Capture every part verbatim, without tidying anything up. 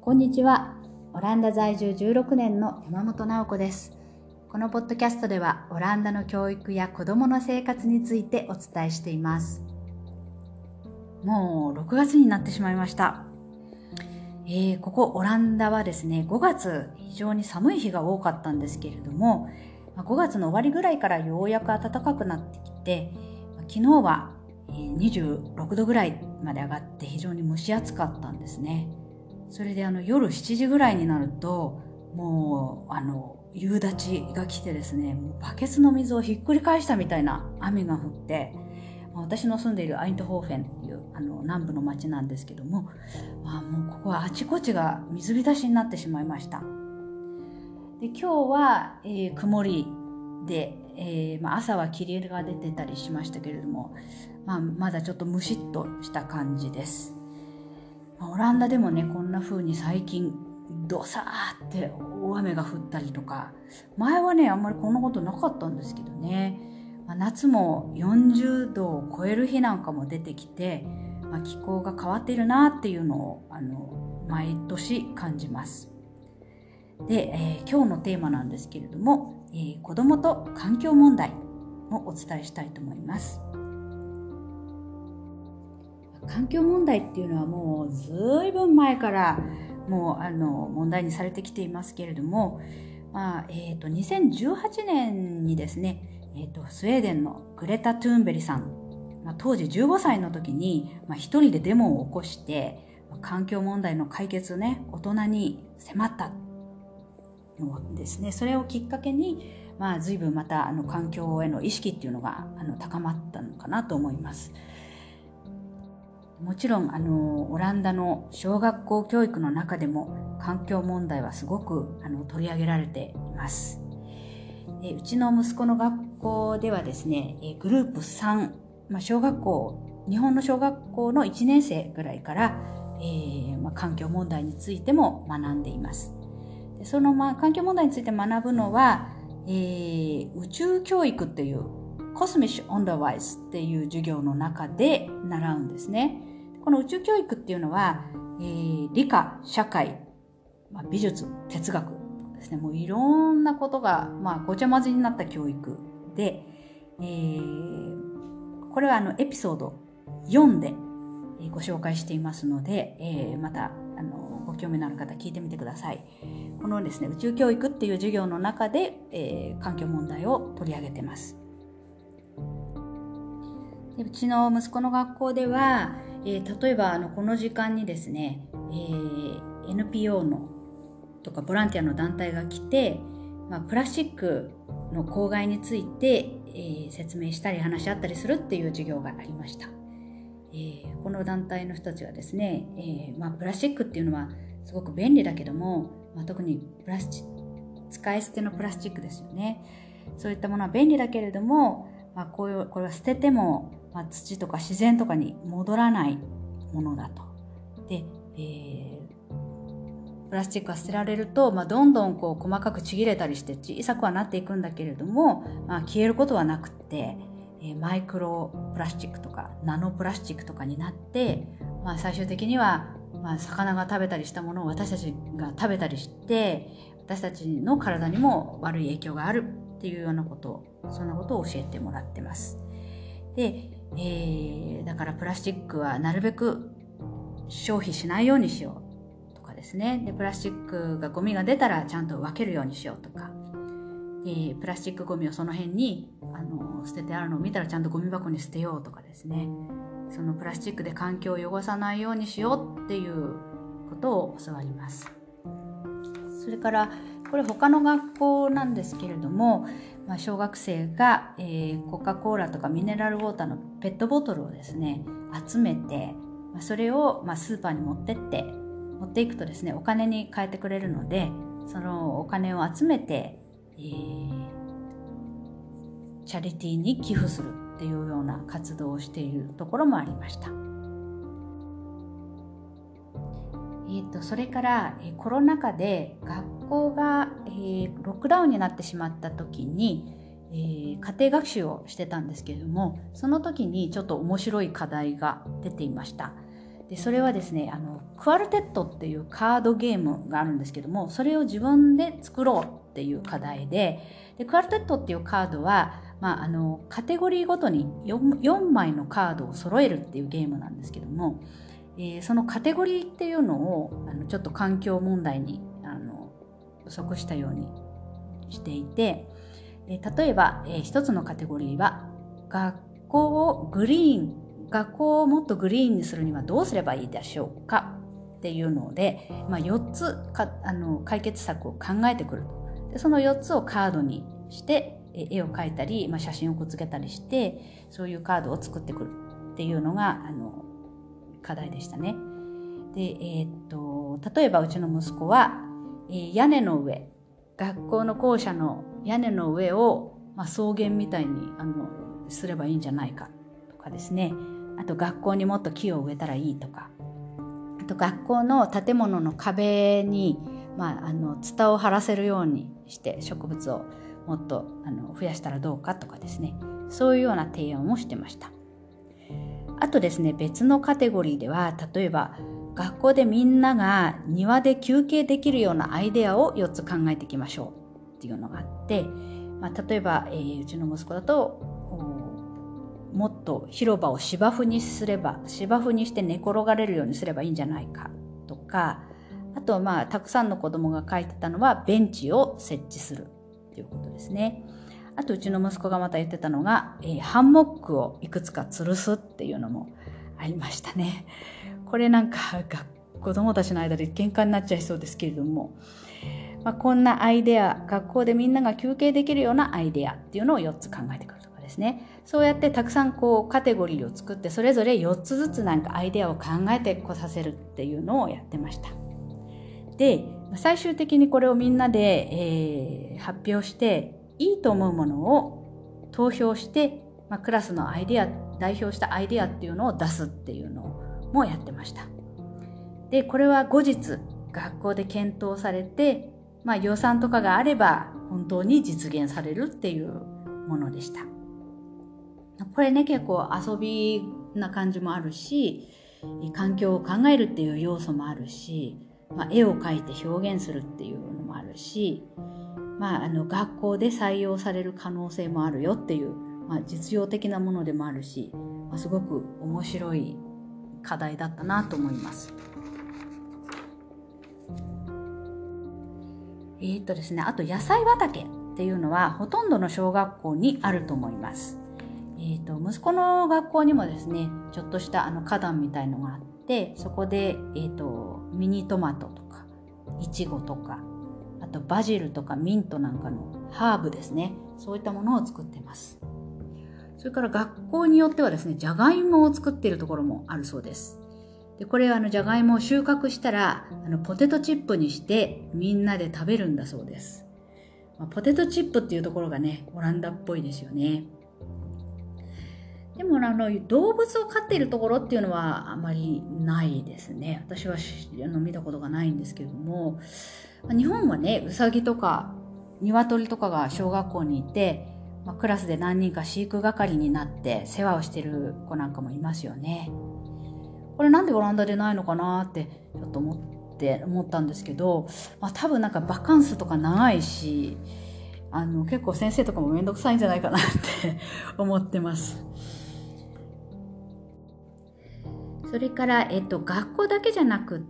こんにちは。オランダ在住じゅうろくねんの山本直子です。このポッドキャストではオランダの教育や子どもの生活についてお伝えしています。もうろくがつになってしまいました。えー、ここオランダはですね、ごがつ非常に寒い日が多かったんですけれども、ごがつの終わりぐらいからようやく暖かくなってきて、昨日はにじゅうろくどぐらいまで上がって非常に蒸し暑かったんですね。それであの夜しちじぐらいになるともうあの夕立ちが来てですね、もうバケツの水をひっくり返したみたいな雨が降って、私の住んでいるアイントホーフェンというあの南部の町なんですけども、まあ、もうここはあちこちが水浸しになってしまいました。で今日は、えー、曇りで、えーまあ、朝は霧が出てたりしましたけれども、まあ、まだちょっとムシッとした感じです。オランダでもね、こんな風に最近ドサーって大雨が降ったりとか、前はねあんまりこんなことなかったんですけどね、まあ、夏もよんじゅうどを超える日なんかも出てきて、まあ、気候が変わっているなっていうのをあの毎年感じます。で、えー、今日のテーマなんですけれども、えー、子どもと環境問題をお伝えしたいと思います。環境問題っていうのはもうずいぶん前からもうあの問題にされてきていますけれども、まあえー、とにせんじゅうはちねんにですね、えー、とスウェーデンのグレタ・トゥーンベリさん、まあ、当時じゅうごさいの時に、まあ、一人でデモを起こして環境問題の解決をね大人に迫ったのですね。それをきっかけに、まあ、随分またあの環境への意識っていうのがあの高まったのかなと思います。もちろんあのオランダの小学校教育の中でも環境問題はすごくあの取り上げられています。でうちの息子の学校ではですね、グループさん、まあ、小学校日本の小学校のいちねん生ぐらいから、えーまあ、環境問題についても学んでいます。でその、まあ、環境問題について学ぶのは、えー、宇宙教育っていうコスミッシュ・オンダーワイズっていう授業の中で習うんですね。この宇宙教育っていうのは、えー、理科、社会、まあ、美術、哲学ですね、もういろんなことが、まあ、ごちゃ混ぜになった教育で、えー、これはあのエピソードよんでご紹介していますので、えー、またあのご興味のある方聞いてみてください。このですね、宇宙教育っていう授業の中で、えー、環境問題を取り上げてます。でうちの息子の学校では、えー、例えばあのこの時間にですね、えー、エヌピーオー のとかボランティアの団体が来て、まあ、プラスチックの公害について、えー、説明したり話し合ったりするっていう授業がありました。えー、この団体の人たちはですね、えーまあ、プラスチックっていうのはすごく便利だけども、まあ、特にプラスチ使い捨てのプラスチックですよね。そういったものは便利だけれども、まあ、こういうこれは捨てても、まあ、土とか自然とかに戻らないものだと。で、えー、プラスチックが捨てられると、まあ、どんどんこう細かくちぎれたりして小さくはなっていくんだけれども、まあ、消えることはなくって、えー、マイクロプラスチックとかナノプラスチックとかになって、まあ、最終的には、まあ、魚が食べたりしたものを私たちが食べたりして私たちの体にも悪い影響があるっていうようなことそんなことを教えてもらってます。で、えー、だからプラスチックはなるべく消費しないようにしようとかですね。でプラスチックがゴミが出たらちゃんと分けるようにしようとか、でプラスチックゴミをその辺にあの捨ててあるのを見たらちゃんとゴミ箱に捨てようとかですね。そのプラスチックで環境を汚さないようにしようっていうことを教わります。それからこれ他の学校なんですけれども、まあ、小学生が、えー、コカ・コーラとかミネラルウォーターのペットボトルをですね集めて、まあ、それを、まあ、スーパーに持ってって持っていくとですねお金に変えてくれるので、そのお金を集めて、えー、チャリティーに寄付するっていうような活動をしているところもありました。えー、とそれから、えー、コロナ禍で学校が、えー、ロックダウンになってしまった時に、えー、家庭学習をしてたんですけれども、その時にちょっと面白い課題が出ていました。 でそれはですね、あのクアルテットっていうカードゲームがあるんですけども、それを自分で作ろうっていう課題で、でクアルテットっていうカードは、まあ、あのカテゴリーごとに 4, よんまいのカードを揃えるっていうゲームなんですけども、えー、そのカテゴリーっていうのをあのちょっと環境問題にあの即したようにしていて、えー、例えば、えー、一つのカテゴリーは学校をグリーン学校をもっとグリーンにするにはどうすればいいでしょうかっていうので、まあ、よっつかあの解決策を考えてくると。でそのよっつをカードにして絵を描いたり、まあ、写真をくっつけたりしてそういうカードを作ってくるっていうのがあの課題でしたね。で、えー、っと例えばうちの息子は、えー、屋根の上学校の校舎の屋根の上を、まあ、草原みたいにあのすればいいんじゃないかとかですね。あと学校にもっと木を植えたらいいとか、あと学校の建物の壁に、まあ、あのツタを張らせるようにして植物をもっとあの増やしたらどうかとかですね、そういうような提案をしてました。あとですね、別のカテゴリーでは、例えば学校でみんなが庭で休憩できるようなアイデアをよっつ考えていきましょうっていうのがあって、まあ、例えば、えー、うちの息子だともっと広場を芝生にすれば芝生にして寝転がれるようにすればいいんじゃないかとか、あとはまあたくさんの子供が書いてたのはベンチを設置するということですね。あとうちの息子がまた言ってたのが、えー、ハンモックをいくつか吊るすっていうのもありましたね。これなんか子供たちの間で喧嘩になっちゃいそうですけれども、まあ、こんなアイデア、学校でみんなが休憩できるようなアイデアっていうのをよっつ考えてくるとかですね。そうやってたくさんこうカテゴリーを作ってそれぞれよっつずつなんかアイデアを考えてこさせるっていうのをやってました。で、最終的にこれをみんなで、えー、発表していいと思うものを投票して、まあ、クラスのアイデア、代表したアイデアっていうのを出すっていうのもやってました。で、これは後日学校で検討されて、まあ、予算とかがあれば本当に実現されるっていうものでした。これね、結構遊びな感じもあるし、環境を考えるっていう要素もあるし、まあ、絵を描いて表現するっていうのもあるし、まあ、あの学校で採用される可能性もあるよっていう、まあ、実用的なものでもあるし、まあ、すごく面白い課題だったなと思います。えーっとですね、あと野菜畑っていうのはほとんどの小学校にあると思います。えーと、息子の学校にもですね、ちょっとしたあの花壇みたいのがあって、そこで、えーと、ミニトマトとかイチゴとか、あとバジルとかミントなんかのハーブですね、そういったものを作ってます。それから学校によってはですね、じゃがいもを作っているところもあるそうです。でこれあのじゃがいもを収穫したらあのポテトチップにしてみんなで食べるんだそうです。まあ、ポテトチップっていうところがね、オランダっぽいですよね。でもあの動物を飼っているところっていうのはあまりないですね。私はあの見たことがないんですけれども、日本はね、ウサギとか鶏とかが小学校にいて、まあ、クラスで何人か飼育係になって世話をしている子なんかもいますよね。これなんでオランダでないのかなってちょっと思って思ったんですけど、まあ、多分なんかバカンスとか長いし、あの結構先生とかもめんどくさいんじゃないかなって思ってます。それから、えっと、学校だけじゃなくって、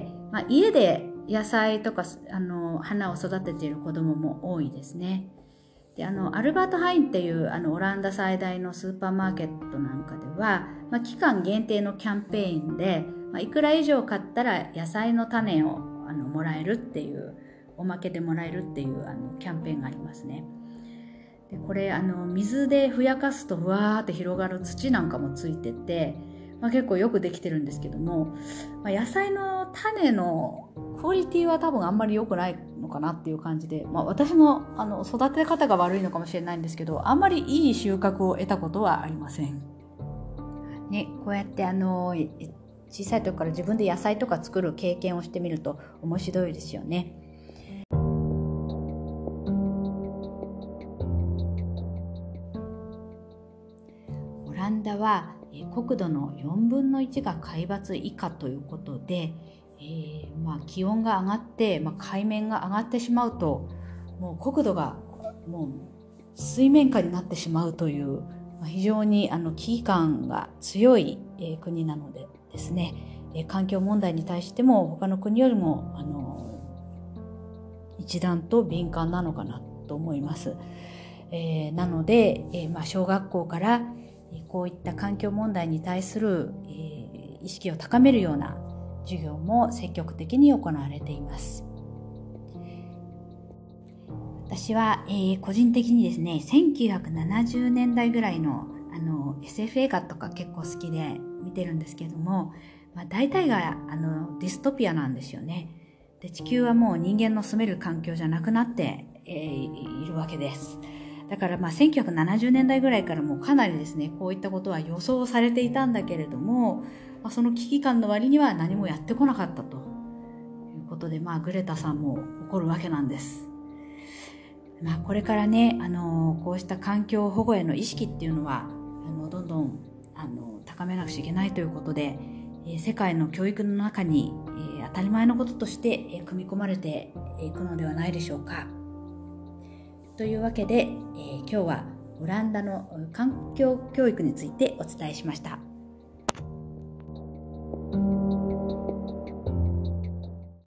まあ、家で野菜とかあの花を育てている子どもも多いですね。であのアルバートハインっていうあのオランダ最大のスーパーマーケットなんかでは、まあ、期間限定のキャンペーンで、まあ、いくら以上買ったら野菜の種をあのもらえるっていうおまけでもらえるっていうあのキャンペーンがありますね。でこれあの水でふやかすとふわーって広がる土なんかもついてて、まあ、結構よくできてるんですけども、まあ、野菜の種のクオリティは多分あんまり良くないのかなっていう感じで、まあ、私の、あの育て方が悪いのかもしれないんですけど、あんまりいい収穫を得たことはありません、ね、こうやってあの小さい時から自分で野菜とか作る経験をしてみると面白いですよね。オランダはえー、国土のよんぶんのいちが海抜以下ということで、えーまあ、気温が上がって、まあ、海面が上がってしまうともう国土がもう水面下になってしまうという、まあ、非常にあの危機感が強い、えー、国なのでですね、えー、環境問題に対しても他の国よりもあの一段と敏感なのかなと思います。えー、なので、えーまあ、小学校からこういった環境問題に対する、えー、意識を高めるような授業も積極的に行われています。私は、えー、個人的にですね、せんきゅうひゃくななじゅうねんだいぐらいの、あの エスエフ 映画とか結構好きで見てるんですけども、まあ、大体があのディストピアなんですよね。で、地球はもう人間の住める環境じゃなくなって、えー、いるわけです。だからまあせんきゅうひゃくななじゅうねんだいぐらいからもうかなりですね、こういったことは予想されていたんだけれども、まあ、その危機感の割には何もやってこなかったということで、まあ、グレタさんも怒るわけなんです。まあ、これからね、あのこうした環境保護への意識っていうのはあのどんどんあの高めなくちゃいけないということで、えー、世界の教育の中に、えー、当たり前のこととして、えー、組み込まれていくのではないでしょうか。というわけで、えー、今日はオランダの環境教育についてお伝えしました。